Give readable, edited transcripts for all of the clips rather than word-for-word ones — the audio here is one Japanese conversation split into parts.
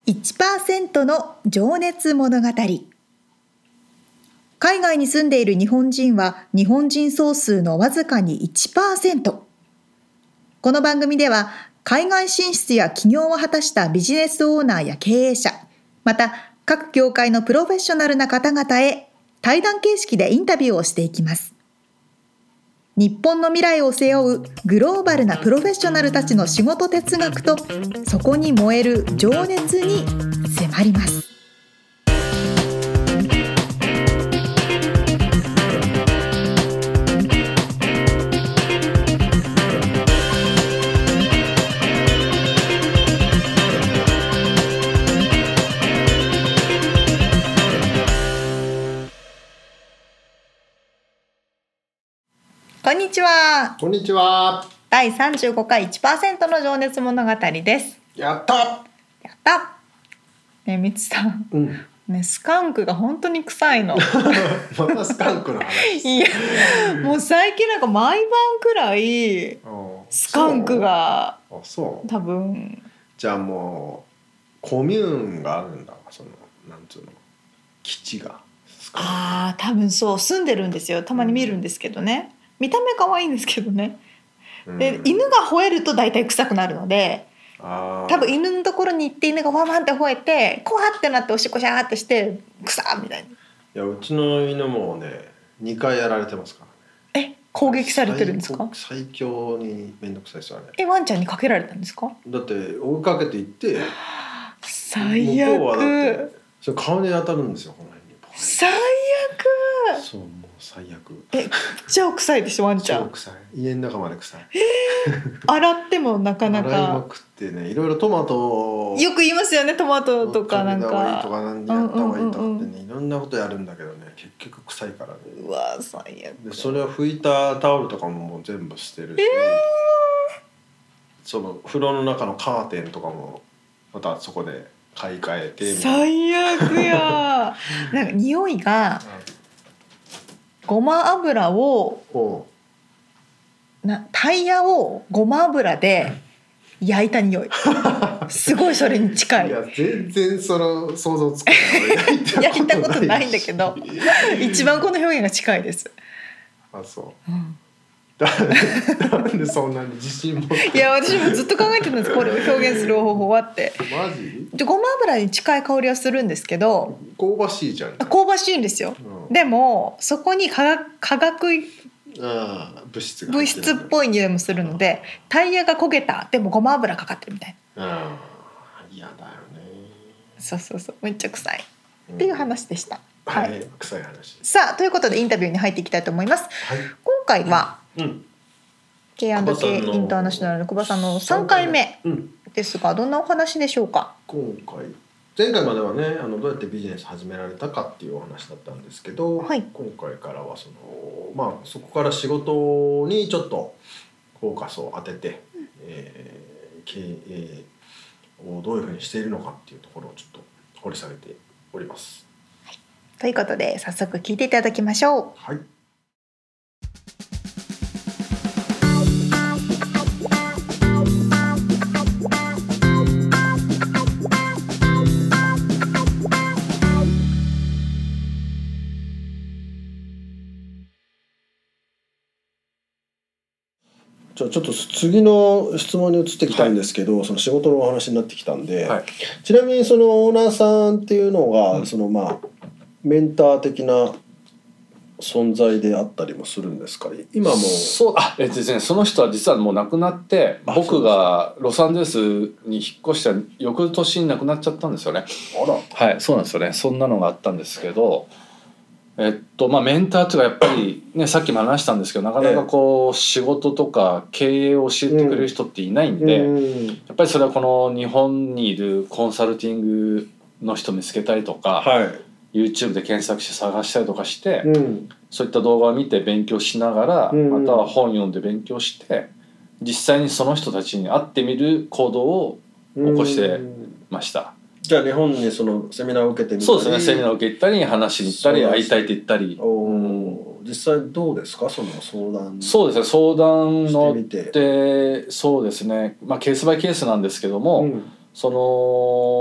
1% の情熱物語。海外に住んでいる日本人は日本人総数のわずかに 1%。この番組では海外進出や起業を果たしたビジネスオーナーや経営者、また各業界のプロフェッショナルな方々へ対談形式でインタビューをしていきます。日本の未来を背負うグローバルなプロフェッショナルたちの仕事哲学とそこに燃える情熱に迫ります。こんにちは。 こんにちは。 第35回 1% の情熱物語です。 やった。 やった。ね、みつさん、ね、スカンクが本当に臭いの。 またスカンクの話。 いや、もう最近なんか毎晩くらいスカンクが多分。 じゃあもうコミューンがあるんだ。そのなんつうの基地が。 多分そう住んでるんですよ。たまに見るんですけどね。見た目可愛いんですけどね。で、犬が吠えると大体臭くなるので。多分犬のところに行って犬がワンワンって吠えてコワってなっておしっこシャーってしてクサーみたいな。いや、うちの犬もね2回やられてますからね。 攻撃されてるんですか？ 最強にめんどくさいですよあれ。 ワンちゃんにかけられたんですか？ だって追いかけていって最悪。 向こうはだってそれ顔に当たるんですよこの辺に。 最悪。 そう、もう最悪。 めっちゃ臭いでしょワンちゃん。 超臭い。家の中まで臭い。 洗ってもなかなか。 洗いまくってね、いろいろトマトよく言いますよね。トマトとかなんか食べた方がいいとか何やった方がいいとかってね、いろんなことやるんだけどね、結局臭いからね。 うわ最悪。 でそれを拭いたタオルとかももう全部捨てるし、その風呂の中のカーテンとかもまたそこで買い替えてみたいな。 最悪や。なんか匂いがごま油をタイヤをごま油で焼いた匂い。すごいそれに近い。 いや全然その想像つかない。 焼いたことないんだけど一番この表現が近いです。 あ、そう、なんでそんなに自信持って。 いや私もずっと考えてたんです。これを表現する方法はって。 マジ？ でごま油に近い香りはするんですけど、 香ばしいじゃん。 香ばしいんですよ、でもそこに化学物質っぽい匂いもするので、タイヤが焦げたでもごま油かかってるみたいな。 嫌だよね。 そうめっちゃ臭い、っていう話でした。 はい、臭い話。 さあということでインタビューに入っていきたいと思います。今回は、K&K インターナショナルの久保さんの3回目ですが、どんなお話でしょうか？ 前回まではね、どうやってビジネス始められたかっていうお話だったんですけど、今回からはそこから仕事にちょっとフォーカスを当てて、経営をどういうふうにしているのかっていうところをちょっと掘り下げております。 ということで早速聞いていただきましょう。 はい。じゃあちょっと次の質問に移ってきたんですけど、その仕事のお話になってきたんで、ちなみにそのオーナーさんっていうのが、そのメンター的な存在であったりもするんですか？今もですね、その人は実はもう亡くなって、僕がロサンゼルスに引っ越した翌年に亡くなっちゃったんですよね。はい、そうなんですよね。そんなのがあったんですけど、メンターというかやっぱりね、さっきも話したんですけど、なかなかこう仕事とか経営を教えてくれる人っていないんで、やっぱりそれはこの日本にいるコンサルティングの人見つけたりとか、YouTube で検索して探したりとかして、そういった動画を見て勉強しながら、または本読んで勉強して、実際にその人たちに会ってみる行動を起こしてました。 じゃあ日本にそのセミナーを受けてみたり。 そうですね、セミナーを受けたり話しに行ったり会いたいって言ったり。 実際どうですか、その相談。 そうですね、相談のってそうですね、ケースバイケースなんですけども、その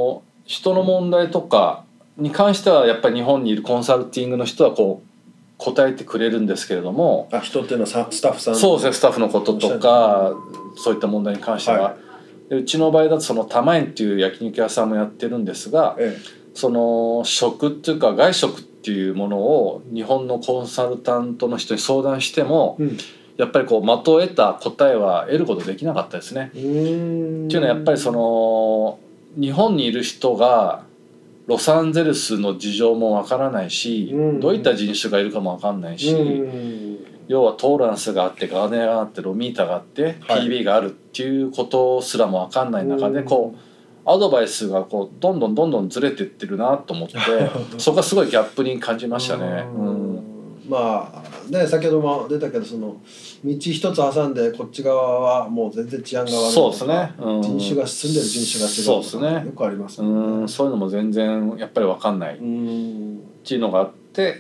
人の問題とかに関してはやっぱり日本にいるコンサルティングの人はこう答えてくれるんですけれども、 人っていうのはスタッフさん、 そうですね、スタッフのこととかそういった問題に関しては、でうちの場合だとその玉園っていう焼肉屋さんもやってるんですが、その食っていうか外食っていうものを日本のコンサルタントの人に相談しても、やっぱりこう的を得た答えは得ることできなかったですね。っていうのはやっぱりその日本にいる人がロサンゼルスの事情もわからないし、どういった人種がいるかもわかんないし、要はトーランスがあってガーネがあってロミータがあって PB があるっていうことすらもわかんない中でこうアドバイスがこうどんどんずれてってるなと思ってそこがすごいギャップに感じましたね。 まあね、先ほども出たけどその道一つ挟んでこっち側はもう全然治安が悪いとか、 そうですね、 人種が住んでる人種が違うとか、 そうですね、 よくありますもんね。 そういうのも全然やっぱり分かんないっていうのがあって、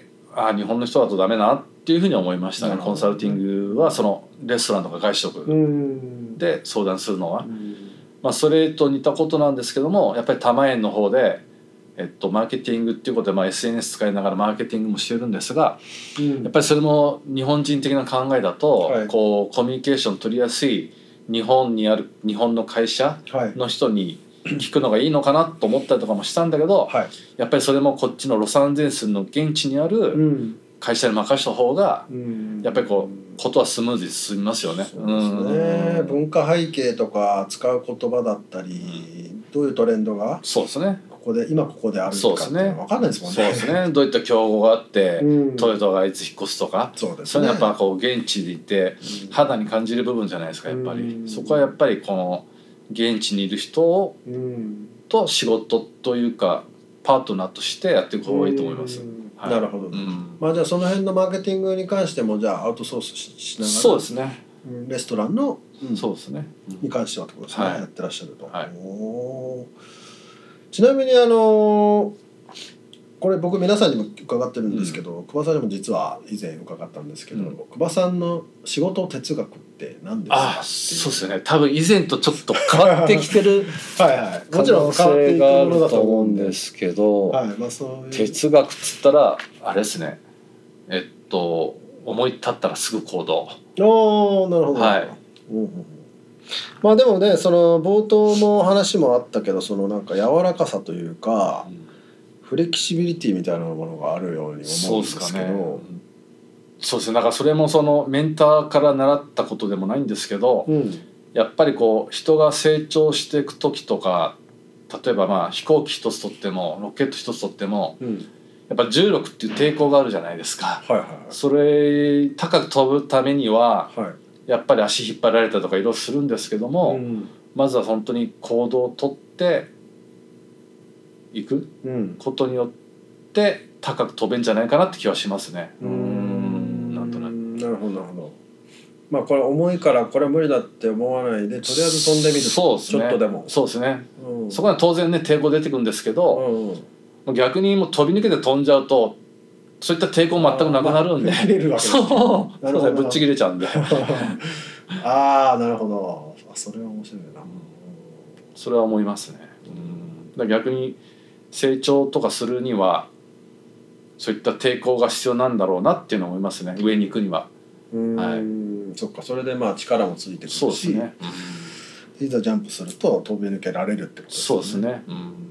日本の人だとダメなっていうふうに思いましたね。コンサルティングはそのレストランとか外食で相談するのは、それと似たことなんですけども、やっぱり玉園の方でマーケティングっていうことで、SNS 使いながらマーケティングもしてるんですが、やっぱりそれも日本人的な考えだと、こうコミュニケーション取りやすい日本にある日本の会社の人に聞くのがいいのかなと思ったりとかもしたんだけど、やっぱりそれもこっちのロサンゼルスの現地にある会社に任せた方がやっぱりこうことはスムーズに進みますよね。 そうですね、文化背景とか使う言葉だったり、どういうトレンドがそうですね、 ここであるとかって分かんないですもんね。 そうですね、どういった競合があって、トヨタがいつ引っ越すとか、そういうのやっぱこう現地でいて肌に感じる部分じゃないですか。やっぱりそこはやっぱりこの現地にいる人と仕事というかパートナーとしてやっていく方がいいと思います。 なるほど、じゃあその辺のマーケティングに関してもじゃあアウトソースしながら、 そうですね、 レストランの、 そうですね、 に関してはってことですね、やってらっしゃると。 おちなみにこれ僕皆さんにも伺ってるんですけど、久保さんにも実は以前伺ったんですけど、久保さんの仕事哲学って何ですか？ そうですね、多分以前とちょっと変わってきてるもちろん変わっていくものだと思うんですけど、 そういう哲学っつったらあれですね、思い立ったらすぐ行動。 なるほど。でもね、その冒頭の話もあったけど、そのなんか柔らかさというか、フレキシビリティみたいなものがあるように思うんですけど、 そうですね、だからそれもそのメンターから習ったことでもないんですけど、やっぱりこう人が成長していく時とか、例えば飛行機一つ取ってもロケット一つ取っても、やっぱ重力っていう抵抗があるじゃないですか。それ高く飛ぶためには、やっぱり足引っ張られたとかいろいろするんですけども、まずは本当に行動をとっていくことによって高く飛べんじゃないかなって気はしますね。なんとなく。 なるほどなるほど。これ重いからこれ無理だって思わないで、とりあえず飛んでみる。 そうですね、 ちょっとでも。 そうですね、そこは当然ね抵抗出てくるんですけど、逆にもう飛び抜けて飛んじゃうとそういった抵抗全くなくなるんで、そうぶっちぎれちゃうんでなるほど。それは面白いな。 それは思いますね。逆に成長とかするにはそういった抵抗が必要なんだろうなっていうのを思いますね、上に行くには。 そっか、それで力もついてくるし、 そうですね、 いざジャンプすると飛び抜けられるってことですね。 そうですね。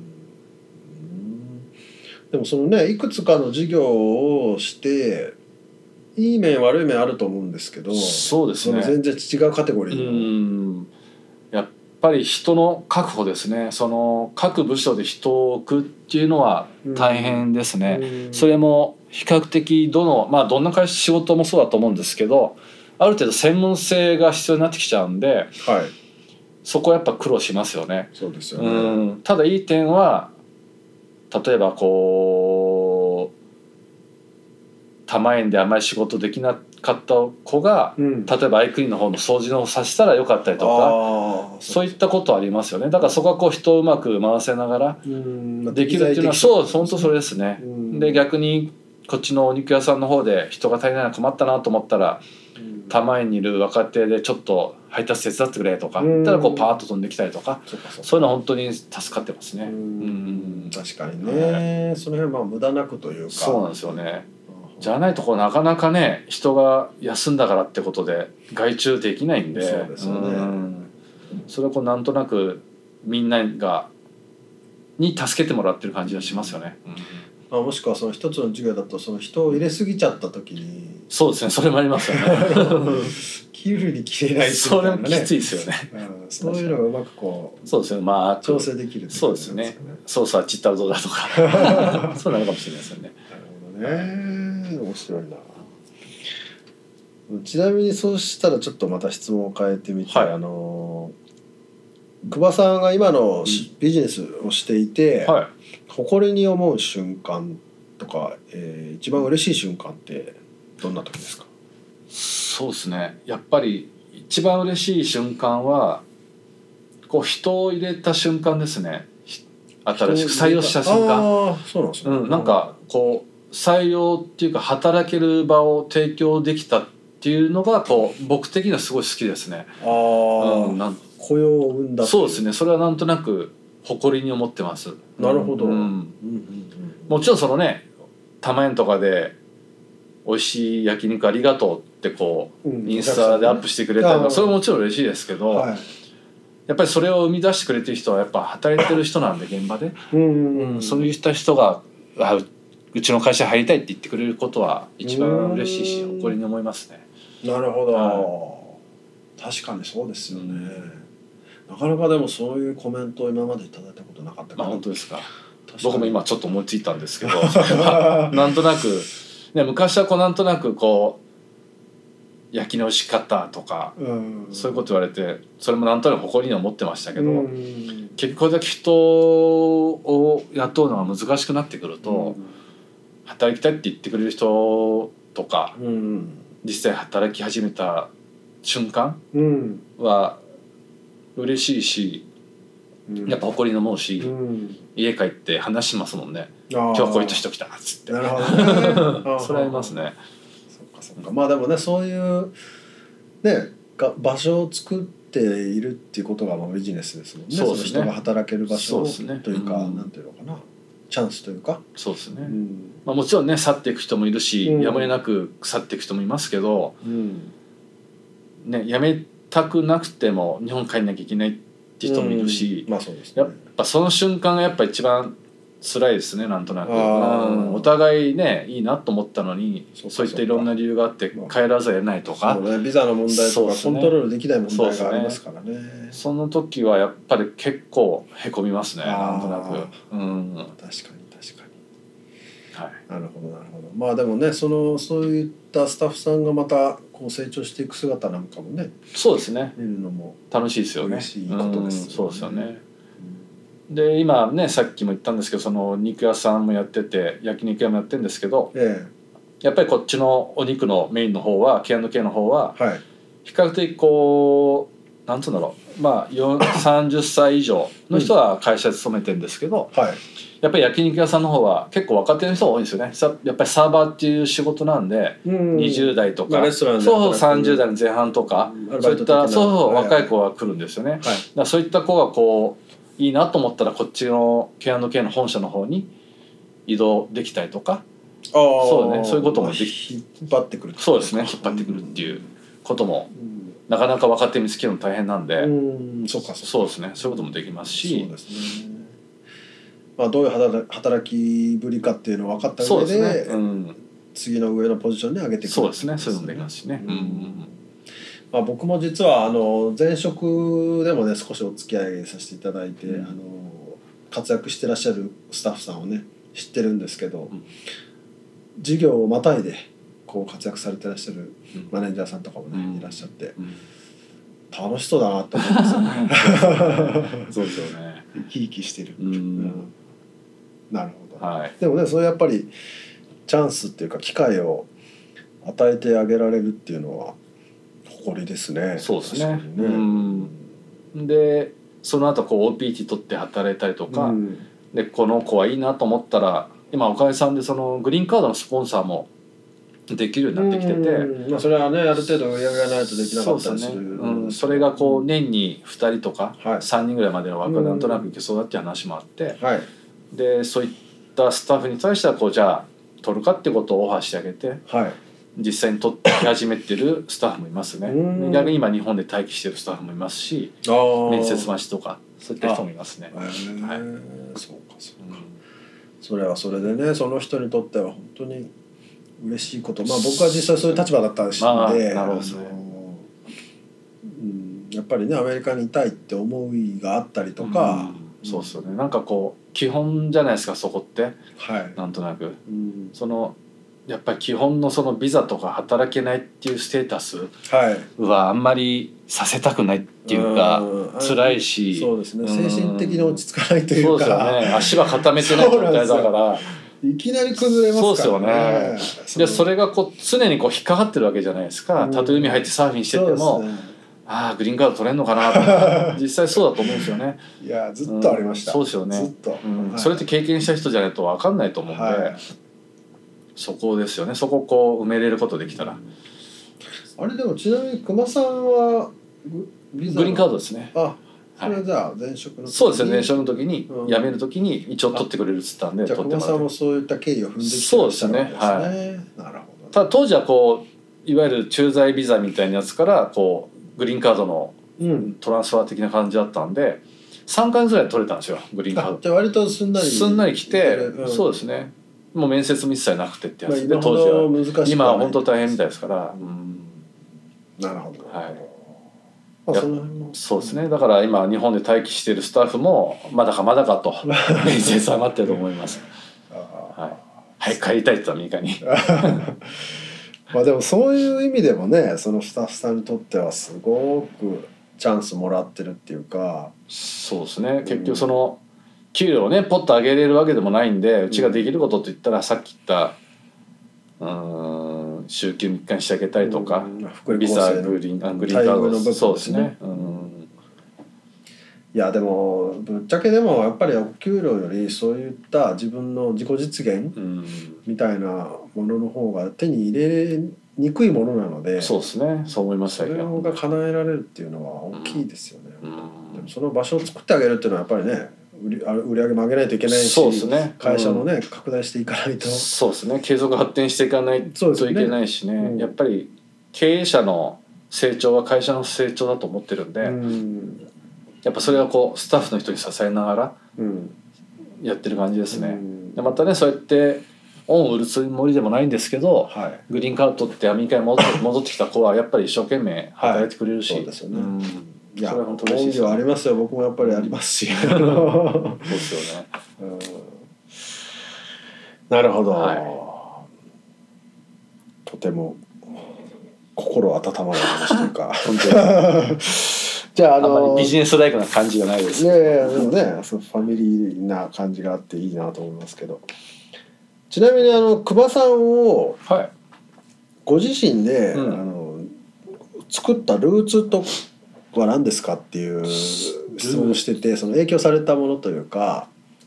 でもそのね、いくつかの事業をしていい面悪い面あると思うんですけど、 そうですね、 全然違うカテゴリーのやっぱり人の確保ですね。その各部署で人を置くっていうのは大変ですね。それも比較的どんな会社仕事もそうだと思うんですけど、ある程度専門性が必要になってきちゃうんで、そこはやっぱ苦労しますよね。 そうですよね。 ただいい点は、例えばこう玉園であまり仕事できなかった子が、例えばアイクリーンの方の掃除のさせたらよかったりとか、そういったことありますよね。だからそこはこう人をうまく回せながらできるっていうのは、本当それですね。で逆にこっちのお肉屋さんの方で人が足りないの困ったなと思ったら、 田前にいる若手でちょっと配達手伝ってくれとか言ったらこうパーッと飛んできたりとか、そういうのは本当に助かってますね。 確かにね、その辺無駄なくというか。 そうなんですよね。じゃないとなかなかね人が休んだからってことで外注できないんで、 そうですよね。 それをなんとなくみんなに助けてもらってる感じがしますよね。 もしくはその一つの授業だとその人を入れすぎちゃった時に、 そうですね、それもありますよね。 切るに切れないそれもきついですよね。 そういうのがうまくそうですね、 調整できる。 そうですね。ソースはちったらどうだとか、そうなのかもしれないですよね。 なるほどね、面白いな。ちなみにそうしたらちょっとまた質問を変えてみて、久保さんが今のビジネスをしていて、誇りに思う瞬間とか、一番嬉しい瞬間ってどんな時ですか？ そうですね、やっぱり一番嬉しい瞬間はこう人を入れた瞬間ですね。新しく採用した瞬間。 そうなんですね。 なんかこう採用っていうか働ける場を提供できたっていうのがこう僕的にはすごい好きですね。 雇用を生んだ。 そうですね、それはなんとなく誇りに思ってます。 なるほど。 もちろんそのね玉園とかで美味しい焼肉ありがとうってこう、インスタでアップしてくれたり、それももちろん嬉しいですけど、やっぱりそれを生み出してくれてる人はやっぱ働いてる人なんで現場で、そういう人がうちの会社入りたいって言ってくれることは一番嬉しいし誇りに思いますね。 なるほど、確かにそうですよね。なかなかでもそういうコメントを今までいただいたことなかったから。 本当ですか。僕も今ちょっと思いついたんですけどなんとなく、ね、昔はなんとなく焼きの仕方とか、そういうこと言われてそれもなんとなく誇りに思ってましたけど、結局これだけ人を雇うのが難しくなってくると、働きたいって言ってくれる人とか、実際働き始めた瞬間は嬉しいし、やっぱ誇りに思うし、家帰って話しますもんね。今日こういう人来たっつって。なるほどね。それありますね。 そっか。でもね、そういうね場所を作っているっていうことがビジネスですもんね。そうですね。人が働ける場所というか、なんていうのかな、チャンスというか。 そうですね。もちろんね去っていく人もいるし、やむを得なく去っていく人もいますけど、ね、辞めたくなくても日本帰んなきゃいけないって人もいるし、やっぱその瞬間がやっぱ一番辛いですね。なんとなく、お互いねいいなと思ったのに、そういったいろんな理由があって帰らざるを得ないとか、 ビザの問題とかコントロールできない問題がありますからね。 その時はやっぱり結構へこみますね。なんとなく。 確かに。なるほど。でもね、そういったスタッフさんがまた成長していく姿なんかもね、 そうですね、 見るのも楽しいですよね。 嬉しいことですよね。 そうですよね。で今ねさっきも言ったんですけど、その肉屋さんもやってて焼肉屋もやってるんですけど、やっぱりこっちのお肉のメインの方は K&K の方は比較的なんつうんだろう、30歳以上の人は会社で勤めてるんですけど、やっぱり焼肉屋さんの方は結構若手の人が多いんですよね。やっぱりサーバーっていう仕事なんで、20代とか、30代の前半とか、そういった若い子が来るんですよね。だからそういった子がいいなと思ったらこっちの K&K の本社の方に移動できたりとか、そういうこともでき、 引っ張ってくる。 そうですね、引っ張ってくるっていうこともなかなか若手見つけるの大変なんで、そうですね、そういうこともできますし、 どういう働きぶりかっていうのを分かった上で、次の上のポジションに上げていく。 そうですね、そういうのもできますしね。 僕も実は前職でもね少しお付き合いさせていただいて、活躍してらっしゃるスタッフさんをね知ってるんですけど、事業をまたいで活躍されてらっしゃるマネージャーさんとかもねいらっしゃって、楽しそうだなと思うんですよね。 そうですよね。 生き生きしてる。なるほど。でもね、それやっぱりチャンスっていうか機会を与えてあげられるっていうのは誇りですね。 そうですね。でその後OPT 取って働いたりとか、でこの子はいいなと思ったら今おかげさんでそのグリーンカードのスポンサーもできるようになってきてて、 まあ、それはねある程度売り上げがないとできなかったりする。 それがこう年に2人とか3人ぐらいまでの枠がなんとなくいけそうだっていう話もあって、でそういったスタッフに対してはこうじゃあ取るかってことをオファーしてあげて、実際に取って始めてるスタッフもいますね。逆に今日本で待機してるスタッフもいますし、面接待ちとかそういった人もいますね。そうかそうか。それはそれでね、その人にとっては本当に嬉しいこと、まあ僕は実際そういう立場だったんで、やっぱりねアメリカにいたいって思いがあったりとか、 そうですよね。なんかこう基本じゃないですかそこって、なんとなく、そのやっぱり基本のそのビザとか働けないっていうステータスはあんまりさせたくないっていうか、辛いし、 そうですね、精神的に落ち着かないというか、 そうですよね、足は固めてない状態だからいきなり崩れますからね。 そうですよね。でそれがこう常にこう引っかかってるわけじゃないですか。たとえ海入ってサーフィンしてても、ああグリーンカード取れんのかなとか実際そうだと思うんですよね。 いやずっとありました。 そうですよね。 ずっと、 それって経験した人じゃないと分かんないと思うんで、そこですよね。そこをこう埋めれることできたら。 あれでもちなみに熊さんはグリーンカードですね。 それはじゃあ前職の時に、 そうですね、前職の時に辞める時に一応取ってくれるっつったんで、 じゃあ熊さんもそういった経緯を踏んできてそうですね。 なるほど。 ただ当時はこういわゆる駐在ビザみたいなやつからこうグリーンカードのトランスファー的な感じだったんで、3ヶ月ぐらい取れたんですよグリーンカード。 じゃあ割とすんなり来て、そうですね。もう面接も一切なくてってやつで、当時は今は本当大変みたいですから。 なるほど。 そうですね。だから今日本で待機しているスタッフもまだかまだかと面接は待ってると思います。はい帰りたいって言ったらアメリカに。 まあでもそういう意味でもね、そのスタッフさんにとってはすごくチャンスもらってるっていうか。 そうですね。結局その給料をねポッと上げれるわけでもないんで、うちができることって言ったらさっき言った週休3日にしてあげたりとか、ビザグリーンカード、そうですね。 いやでもぶっちゃけでもやっぱりお給料よりそういった自分の自己実現みたいなものの方が手に入れにくいものなので、 そうですね、そう思いました。 それが叶えられるっていうのは大きいですよね。でもその場所を作ってあげるっていうのはやっぱりね、売り上げも上げないといけないし、そうですね、会社もね、拡大していかないと、 そうですね、継続発展していかないといけないしね、やっぱり経営者の成長は会社の成長だと思ってるんで、やっぱそれはこうスタッフの人に支えながらやってる感じですね。でまたね、そうやって恩を売るつもりでもないんですけど、グリーンカードってアメリカに戻ってきた子はやっぱり一生懸命働いてくれるし、そうですよね。 いや、恩義はありますよ。僕もやっぱりありますし。そうですよね。なるほど。とても心温まる話というか。本当に。じゃああまりビジネスライクな感じがないです。 いやいやでもね、そのファミリーな感じがあっていいなと思いますけど。ちなみに久保さんをご自身で、作ったルーツとは何ですかっていう質問をしてて、その影響されたものというか。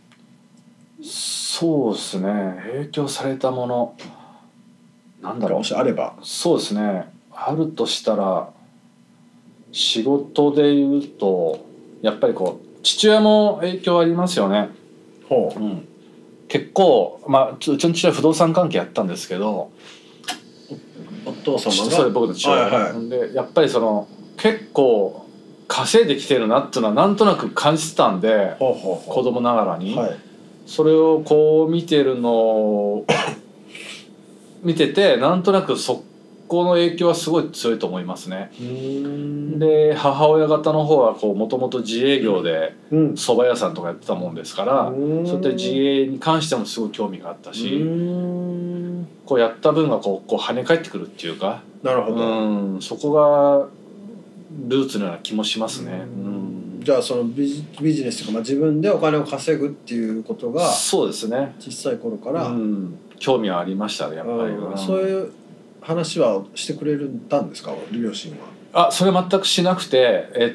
そうですね、影響されたものなんだろう、 もしあれば。 そうですね、あるとしたら仕事で言うとやっぱりこう父親も影響ありますよね。結構うちの父親不動産関係やったんですけど、 お父様がそう僕の父親で、やっぱりその結構稼いできてるなっていうのはなんとなく感じてたんで、子供ながらに、それをこう見てるのを見てて、なんとなくそこの影響はすごい強いと思いますね。で母親方の方はもともと自営業で蕎麦屋さんとかやってたもんですから、そういった自営に関してもすごい興味があったし、こうやった分がこう跳ね返ってくるっていうか、 なるほど、 そこがルーツのような気もしますね。 じゃあそのビジネスというか、自分でお金を稼ぐっていうことが、 そうですね、 小さい頃から、 興味はありましたね、やっぱり。 そういう話はしてくれたんですか、両親は。 それ全くしなくて、や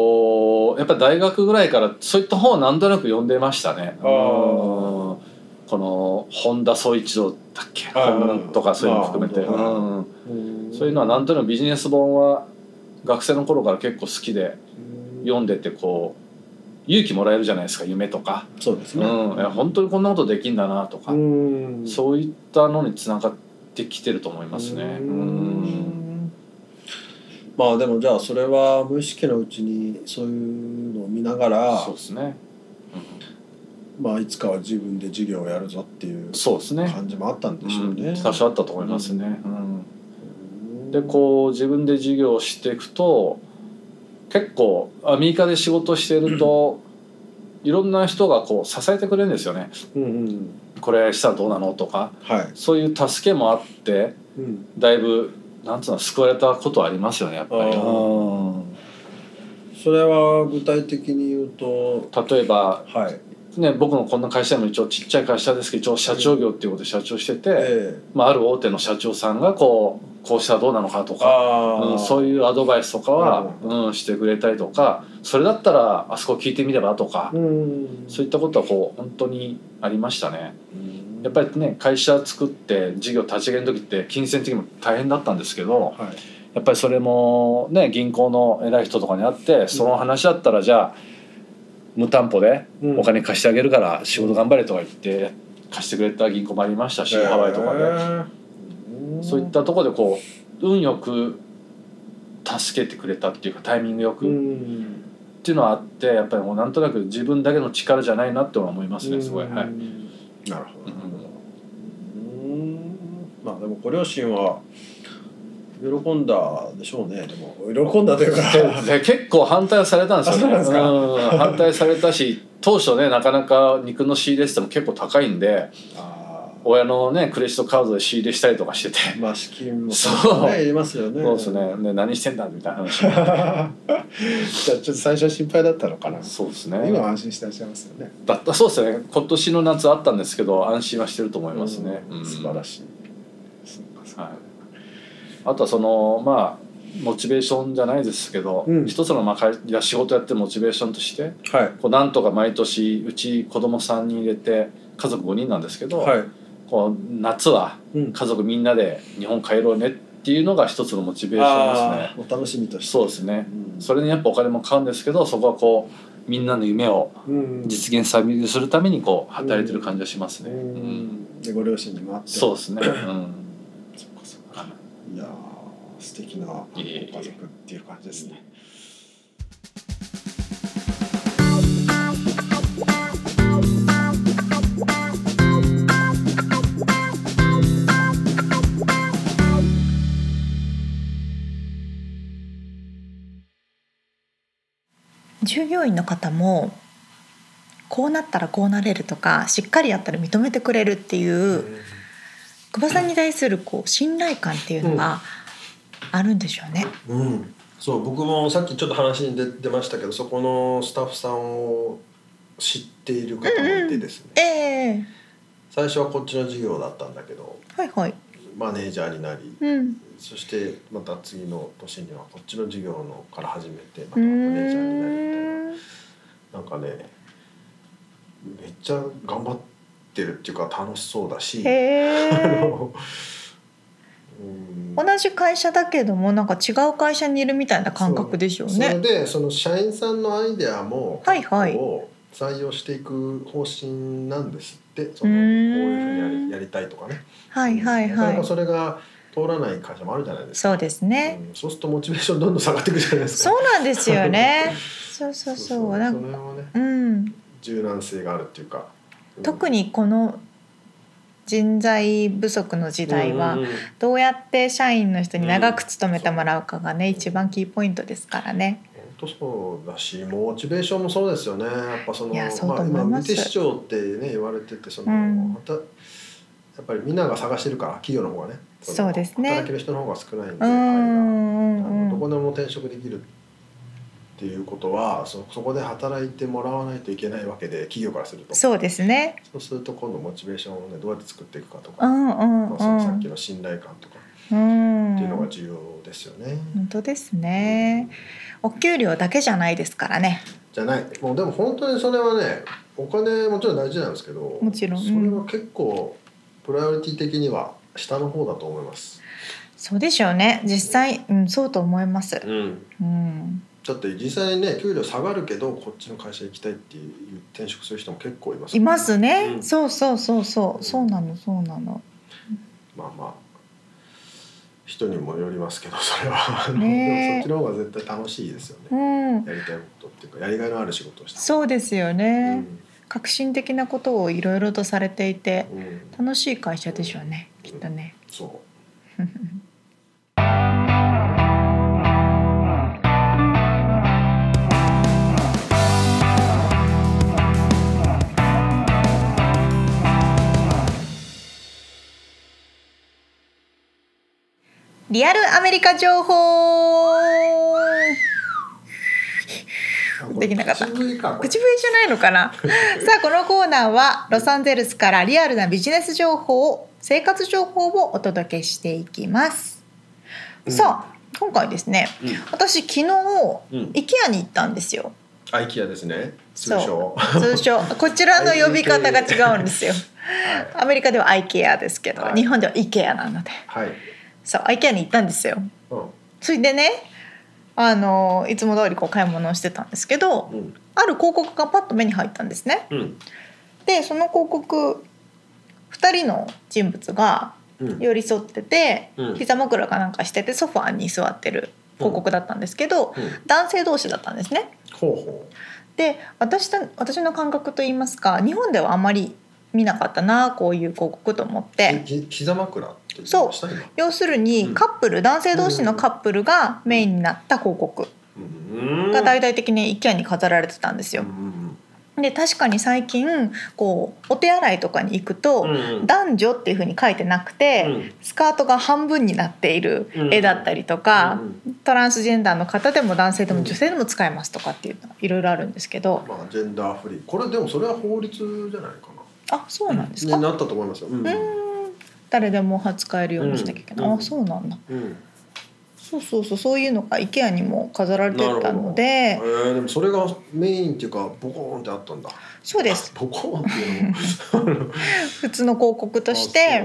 っぱり大学ぐらいからそういった本をなんとなく読んでましたね。ここの本田宗一郎だっけ、本とかそういうの含めて、そういうのはなんとなくビジネス本は学生の頃から結構好きで読んでて、こう勇気もらえるじゃないですか、夢とか。 そうですね、 本当にこんなことできんだなとか、そういったのにつながってきてると思いますね。 まあでもじゃあそれは無意識のうちにそういうのを見ながら、 そうですね、 まあいつかは自分で授業をやるぞっていう感じもあったんでしょうね。 多少あったと思いますね。でこう自分で授業をしていくと、結構アメリカで仕事していると、いろんな人がこう支えてくれるんですよね。これしたらどうなのとか、そういう助けもあって、だいぶなんつうの救われたことはありますよね、やっぱり。 それは具体的に言うと、 例えば、僕のこんな会社でも一応ちっちゃい会社ですけど、一応社長業っていうことで社長してて、ある大手の社長さんがこうしたらどうなのかとか、そういうアドバイスとかは、してくれたりとか、それだったらあそこ聞いてみればとか、そういったことはこう本当にありましたね。やっぱりね、会社作って事業立ち上げる時って金銭的にも大変だったんですけど、やっぱりそれもね、銀行の偉い人とかに会って、その話だったらじゃあ無担保でお金貸してあげるから仕事頑張れとか言って貸してくれた銀行もありましたし、ハワイとかで、そういったところでこう運よく助けてくれたっていうか、タイミングよくっていうのはあって、やっぱりもうなんとなく自分だけの力じゃないなって思いますね、すごい。なるほど。 まあでもご両親は喜んだでしょうね。でも喜んだというか結構反対されたんですよね。反対されたし、当初ね、なかなか肉の仕入れしても結構高いんで、親のねクレジットカードで仕入れしたりとかしてて、 資金もねいりますよね。 そうですね。で何してんだみたいな話じゃあちょっと最初は心配だったのかな。 そうですね。 今は安心してらっしゃいますよね。 そうですね。今年の夏あったんですけど、安心はしてると思いますね。 素晴らしい。 あとはそのモチベーションじゃないですけど、一つの仕事やってるモチベーションとして、こうなんとか毎年うち子供3人入れて家族5人なんですけど、こう夏は家族みんなで日本帰ろうねっていうのが一つのモチベーションですね。 お楽しみとして。 そうですね。それにやっぱお金もかかるんですけど、そこはこうみんなの夢を実現するためにこう働いてる感じがしますね。 でご両親にもあって。 そうですね。 いや素敵なご家族っていう感じですね。 従業員の方もこうなったらこうなれるとか、しっかりやったら認めてくれるっていう久保さんに対するこう信頼感っていうのがあるんでしょうね。 そう僕もさっきちょっと話に出ましたけど、そこのスタッフさんを知っている方もいてですね、最初はこっちの事業だったんだけど、マネージャーになり、そしてまた次の年にはこっちの事業のから始めてまたマネージャーになりみたいな、なんかねめっちゃ頑張ってるっていうか楽しそうだし、 同じ会社だけどもなんか違う会社にいるみたいな感覚でしょうね。 それでその社員さんのアイデアも結構採用していく方針なんですって。こういうふうにやりたいとかね。なかなかそれが通らない会社もあるじゃないですか。 そうですね。 そうするとモチベーションどんどん下がっていくじゃないですか。 そうなんですよね。そうそれはね、柔軟性があるっていうか、 特にこの人材不足の時代はどうやって社員の人に長く勤めてもらうかがね、一番キーポイントですからね。 本当そうだし、モチベーションもそうですよね。やっぱその今見て市長ってね言われてて、またやっぱりみんなが探してるから企業の方がね、 そうですね、 働ける人の方が少ないんで、どこでも転職できるっていうことはそこで働いてもらわないといけないわけで、企業からすると。 そうですね。 そうすると今度モチベーションをねどうやって作っていくかとか、そのさっきの信頼感とかっていうのが重要ですよね。 本当ですね。お給料だけじゃないですからね。 じゃない。もうでも本当にそれはね、 お金もちろん大事なんですけど、 もちろん、 それは結構プライオリティ的には下の方だと思います。 そうでしょうね実際、そうと思います、 だって実際にね給料下がるけどこっちの会社行きたいっていう転職する人も結構います、 いますね、そうなのまあ人にもよりますけどそれはでもそっちの方が絶対楽しいですよね、やりたいことっていうかやりがいのある仕事をした。 そうですよね、革新的なことをいろいろとされていて、楽しい会社でしょうね、きっとね。 そうリアルアメリカ情報できなかった。口笛じゃないのかなさあこのコーナーはロサンゼルスからリアルなビジネス情報、生活情報をお届けしていきます、さあ今回ですね、私昨日、IKEA に行ったんですよ。 IKEA ですね、通称こちらの呼び方が違うんですよ、アメリカでは IKEA ですけど、日本では IKEA なので、そう IKEA に行ったんですよ、それでねいつも通りこう買い物をしてたんですけど、ある広告がパッと目に入ったんですね、でその広告2人の人物が寄り添ってて、膝枕かなんかしててソファーに座ってる広告だったんですけど、男性同士だったんですね。で私の感覚といいますか、日本ではあまり見なかったなこういう広告と思って。 膝枕って言いそうました今。 要するにカップル、男性同士のカップルがメインになった広告が大々的に IKEA に飾られてたんですよ。で確かに最近こうお手洗いとかに行くと、男女っていう風に書いてなくて、スカートが半分になっている絵だったりとか、トランスジェンダーの方でも男性でも女性でも使えますとかっていうのいろいろあるんですけど、 ジェンダーフリー、これでもそれは法律じゃないかな。 あ、そうなんですか。 になったと思いますよ。 誰でも使えるようにしなきゃいけない、あ、そうなんだ、そういうのが IKEA にも飾られてたので、 でもそれがメインっていうかボコーンってあったんだ。 そうです。 ボコーンっていうのも普通の広告として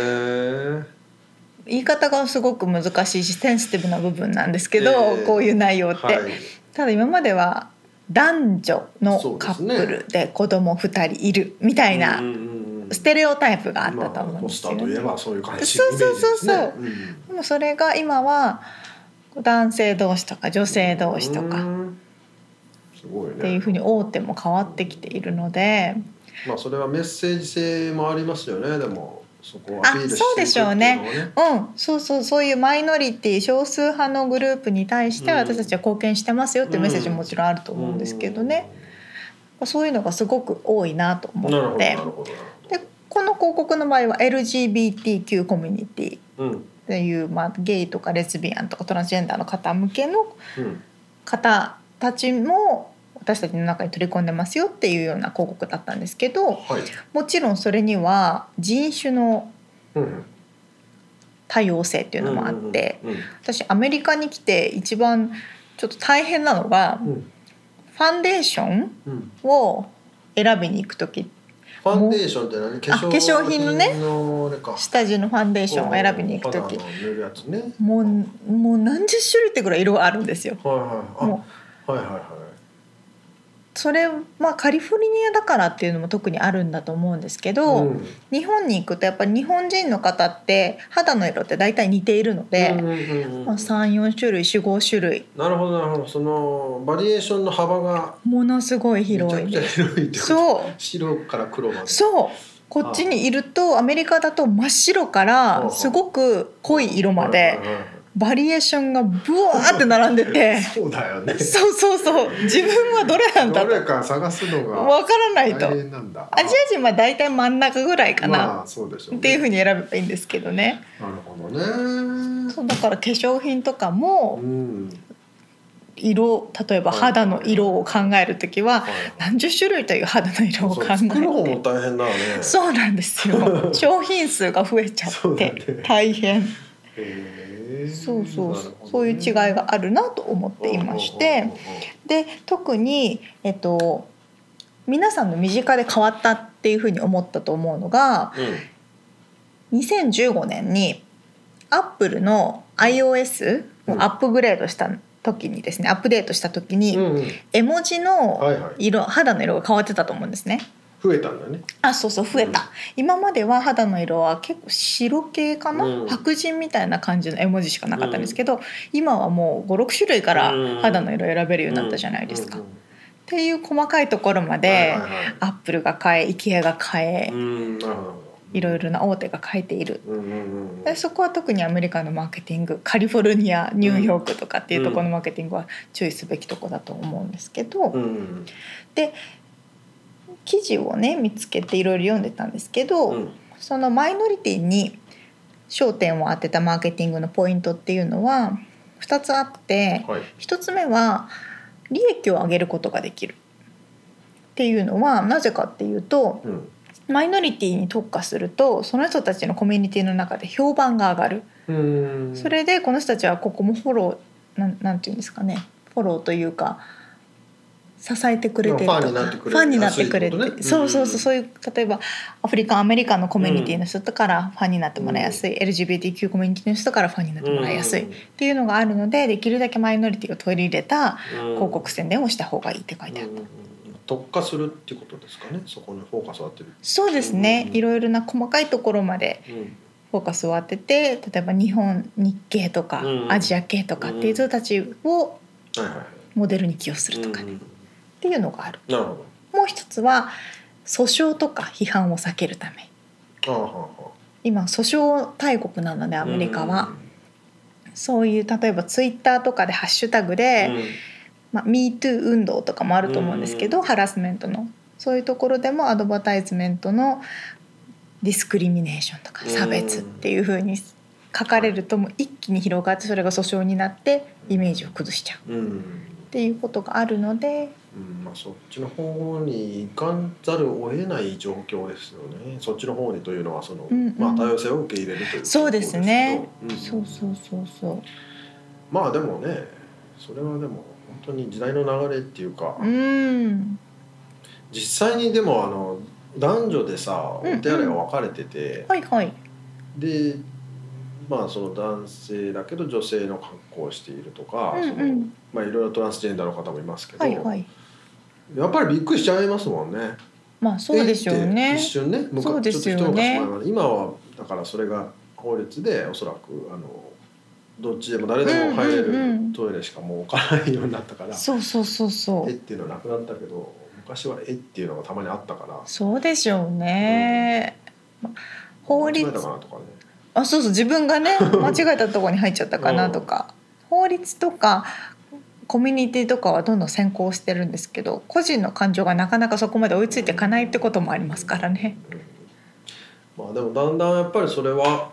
言い方がすごく難しいしセンシティブな部分なんですけど、こういう内容って、ただ今までは男女のカップルで子供2人いるみたいなステレオタイプがあったと思うんですよね。 ポスターといえばそういう感じのイメージですね。 でもそれが今は男性同士とか女性同士とかっていうふうに大手も変わってきているので、 それはメッセージ性もありますよね。でもそこをアピールしていくっていうのはね。 そうでしょうね。そういうマイノリティ少数派のグループに対して私たちは貢献してますよっていうメッセージももちろんあると思うんですけどね、そういうのがすごく多いなと思って、でこの広告の場合は LGBTQ コミュニティっていう、ゲイとかレズビアンとかトランスジェンダーの方向けの方たちも私たちの中に取り込んでますよっていうような広告だったんですけど、もちろんそれには人種の多様性っていうのもあって、私アメリカに来て一番ちょっと大変なのが、ファンデーションを選びに行くとき、 ファンデーションって何？化粧品のね、下地のファンデーションを選びに行くとき、もう何十種類ってぐらい色があるんですよ。それカリフォルニアだからっていうのも特にあるんだと思うんですけど、日本に行くとやっぱり日本人の方って肌の色って大体似ているので、3,4 種類 4,5 種類。 なるほど。そのバリエーションの幅がものすごい広い。 めちゃくちゃ広いってこと。そう。白から黒まで。そう。 こっちにいるとアメリカだと真っ白からすごく濃い色までバリエーションがブワーって並んでてそうだよね。 そう自分はどれなんだとどれか探すのが分からないと。 大変なんだ。 アジア人は大体真ん中ぐらいかな、 そうでしょうね、 っていう風に選べばいいんですけどね。 なるほどね。 そうだから化粧品とかも、色、例えば肌の色を考えるときは何十種類という肌の色を考えて、 作る方も大変だよね。 そうなんですよ。商品数が増えちゃって大変。そういう違いがあるなと思っていまして、で特に皆さんの身近で変わったっていうふうに思ったと思うのが、2015年にアップルの iOS をアップグレードした時にですね、アップデートした時に、絵文字の色、肌の色が変わってたと思うんですね。 増えたんだね。 そう増えた、今までは肌の色は結構白系かな、白人みたいな感じの絵文字しかなかったんですけど、今はもう 5,6 種類から肌の色選べるようになったじゃないですか、っていう細かいところまで、アップルが変え、IKEA が変え、いろいろな大手が変えている、でそこは特にアメリカのマーケティング、カリフォルニア、ニューヨークとかっていうところのマーケティングは注意すべきところだと思うんですけど、で記事をね見つけていろいろ読んでたんですけど、そのマイノリティに焦点を当てたマーケティングのポイントっていうのは2つあって、1つ目は利益を上げることができるっていうのはなぜかっていうと、マイノリティに特化するとその人たちのコミュニティの中で評判が上がる。それでこの人たちはここもフォロー、なんていうんですかね、フォローというか支えてくれてるとか、ファンになってくれて、そういう例えばアフリカンアメリカンのコミュニティの人からファンになってもらいやすい、LGBTQ コミュニティの人からファンになってもらいやすいっていうのがあるので、できるだけマイノリティを取り入れた広告宣伝をした方がいいって書いてあった。 特化するっていうことですかね。そこにフォーカスを当てる。 そうですね、いろいろな細かいところまでフォーカスを当てて、例えば日系とか、アジア系とかっていう人たちをモデルに起用するとかね、っていうのがある。 なるほど。 もう一つは訴訟とか批判を避けるため。今訴訟大国なのでアメリカは、そういう例えばツイッターとかでハッシュタグで、MeToo 運動とかもあると思うんですけど、ハラスメントのそういうところでもアドバタイズメントのディスクリミネーションとか差別っていう風に書かれると、もう一気に広がってそれが訴訟になってイメージを崩しちゃうっていうことがあるので、 そっちの方に行かざるを得ない状況ですよね。そっちの方にというのはその、多様性を受け入れるということですけど。そうですね、そうでもね、それはでも本当に時代の流れっていうか、実際にでも男女でさお手洗いが分かれてて、でその男性だけど女性の格好をしているとか、いろいろトランスジェンダーの方もいますけど、やっぱりびっくりしちゃいますもんね。 そうでしょうね。 一瞬ね、 そうですよね。 今はだからそれが法律でおそらくどっちでも誰でも入れるトイレしかもう置かないようになったから、 そうっていうのはなくなったけど、昔はっていうのがたまにあったから。 そうでしょうね。法律間違えたかなとかね。 自分がね間違えたところに入っちゃったかなとか、法律とかコミュニティとかはどんどん先行してるんですけど、個人の感情がなかなかそこまで追いついていかないってこともありますからね。 でもだんだんやっぱりそれは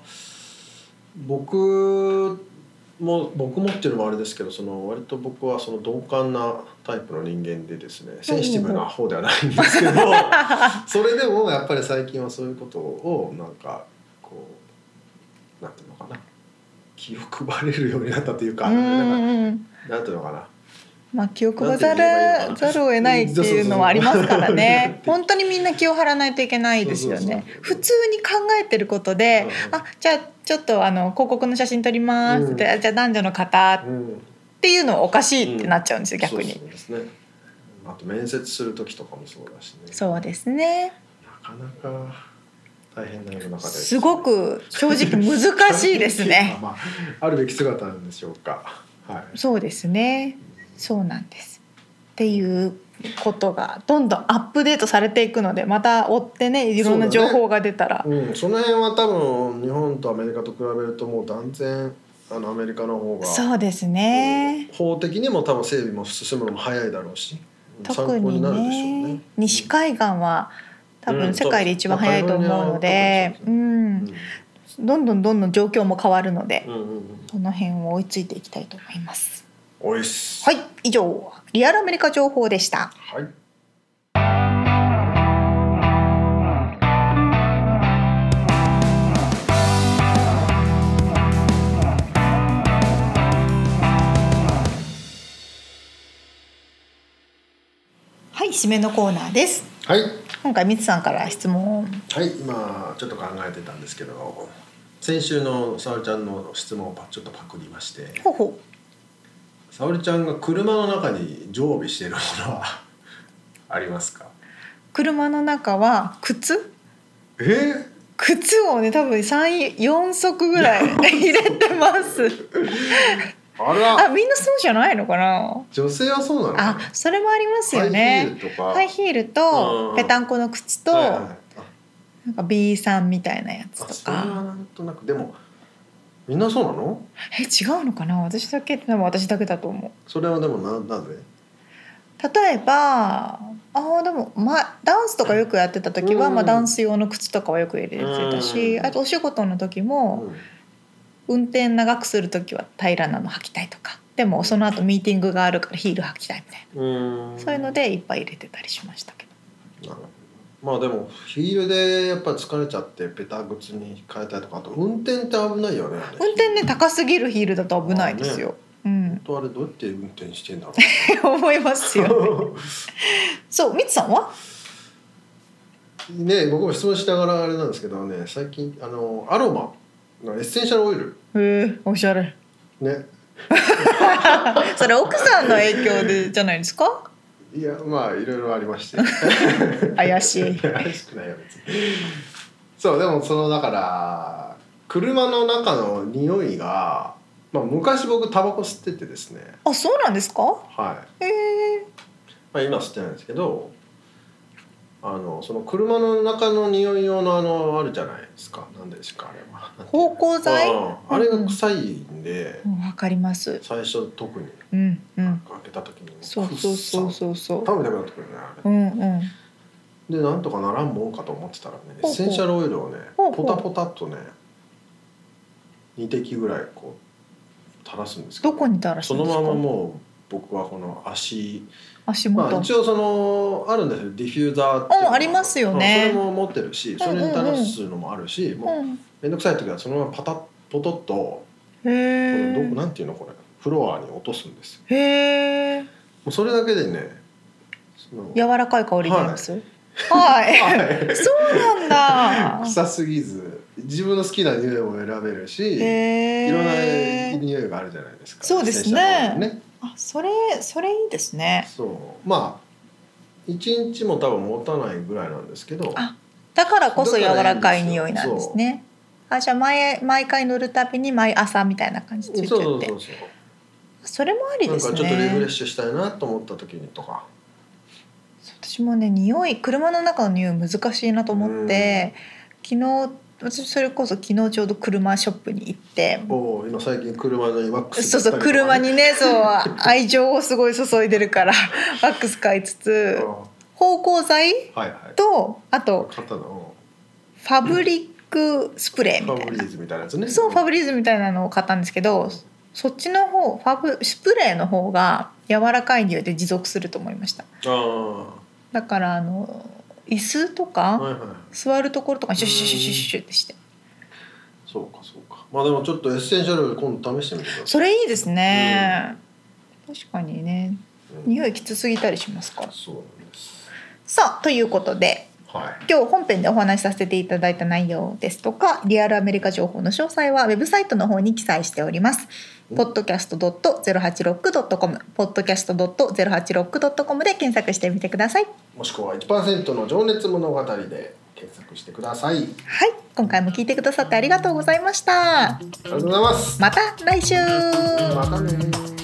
僕もっていうのもあれですけど、割と僕は鈍感なタイプの人間でですね、センシティブな方ではないんですけどそれでもやっぱり最近はそういうことをなんかこうなんていうのかな、気を配れるようになったというか、なんていうのかな、 気を配ざるを得ないっていうのはありますからね本当にみんな気を張らないといけないですよね。普通に考えてることで、じゃあちょっと広告の写真撮りますって、じゃあ男女の方っていうのはおかしいってなっちゃうんですよ、逆に。 そうですね。あと面接する時とかもそうだしね。 そうですね。 なかなか大変な世の中です。 すごく正直難しいですねあるべき姿なんでしょうか。 そうですね。そうなんですっていうことがどんどんアップデートされていくので、また追ってね、いろんな情報が出たらその辺は多分日本とアメリカと比べるともう断然アメリカの方が、 そうですね、 法的にも多分整備も進むのも早いだろうし、 特にね西海岸は多分世界で一番早いと思うので、どんどん状況も変わるので、その辺を追いついていきたいと思います。 おいっす。 はい、以上リアルアメリカ情報でした。 はい。 はい、し締めのコーナーです。 はい。 今回みつさんから質問。 はい、今ちょっと考えてたんですけど、先週の沙織ちゃんの質問をちょっとパクりまして、 ほうほう。沙織ちゃんが車の中に常備しているものはありますか？ 車の中は靴？靴をね多分3、4足ぐらい入れてます。 あら、 みんなそうじゃないのかな。 女性はそうなのかな。 それもありますよね。ハイヒールとぺたんこの靴と、なんか B さんみたいなやつとか。 それはなんとなく。でもみんなそうなの？ 違うのかな。私だけだと思う。 それはでもなぜ？ 例えばでもダンスとかよくやってた時は、ダンス用の靴とかはよく入れてたし、あとお仕事の時も、運転長くする時は平らなの履きたいとか、でもその後ミーティングがあるからヒール履きたいみたいな、そういうのでいっぱい入れてたりしましたけど。 まあでもヒールでやっぱり疲れちゃってペタ靴に変えたりとか、あと運転って危ないよね。 運転ね、高すぎるヒールだと危ないですよ。 あれどうやって運転してんだろう思いますよね。そう、みつさんはね、僕も質問しながらあれなんですけどね、最近アロマのエッセンシャルオイル。 おしゃれね。 それ奥さんの影響でじゃないですか？ いや、まあいろいろありまして。 怪しい。 怪しくないよ別に。そうでもだから車の中の匂いが、昔僕タバコ吸っててですね。 そうなんですか？ はい。今吸ってないんですけど、その車の中の匂い用のあるじゃないですか。何ですかあれは。 芳香剤？ あれが臭いんで。 わかります。 最初特に。開けた時に。 そう。 多分ダメだったけどねあれ。でなんとかならんもんかと思ってたらね、エッセンシャルオイルをね、ポタポタっとね、2滴ぐらいこう垂らすんですけど。 どこに垂らすんですか？ そのままもう僕はこの足元、 一応あるんですよ、ディフューザーっていうのがありますよね。 それも持ってるし、それに垂らすのもあるし、もうめんどくさい時はそのままポトッとなんていうのこれ、フロアに落とすんですよ。もうそれだけでね、 柔らかい香りになります。はい、そうなんだ。 臭すぎず自分の好きな匂いも選べるし、いろんな匂いがあるじゃないですか。 そうですね。それいいですね。 そう1日も多分持たないぐらいなんですけど、 だからこそ柔らかい匂いなんですね。じゃあ毎回乗るたびに毎朝みたいな感じついちゃって。そうそれもありですね。 なんかちょっとリフレッシュしたいなと思った時にとか。 私もね、車の中の匂い難しいなと思って、私それこそ昨日ちょうど車ショップに行って、 今最近車にワックス、 そう車にね、愛情をすごい注いでるからワックス買いつつ、芳香剤と、あとファブリックスプレーみたいな、 ファブリーズみたいなやつね。 そう、ファブリーズみたいなのを買ったんですけど、そっちの方スプレーの方が柔らかい匂いで持続すると思いました。だから椅子とか、座るところとかシュッシュッシュッシュッシュッってして。 そうか。でもちょっとエッセンシャル今度試してみてください。 それいいですね。確かにね、匂いきつすぎたりしますから。 そうなんです。 さあ、ということで、今日本編でお話しさせていただいた内容ですとか、リアルアメリカ情報の詳細はウェブサイトの方に記載しております。podcast.086.com podcast.086.com で検索してみてください。 もしくは 1% の情熱物語で検索してください。はい、 今回も聞いてくださってありがとうございました。 ありがとうございます。 また来週。 またね。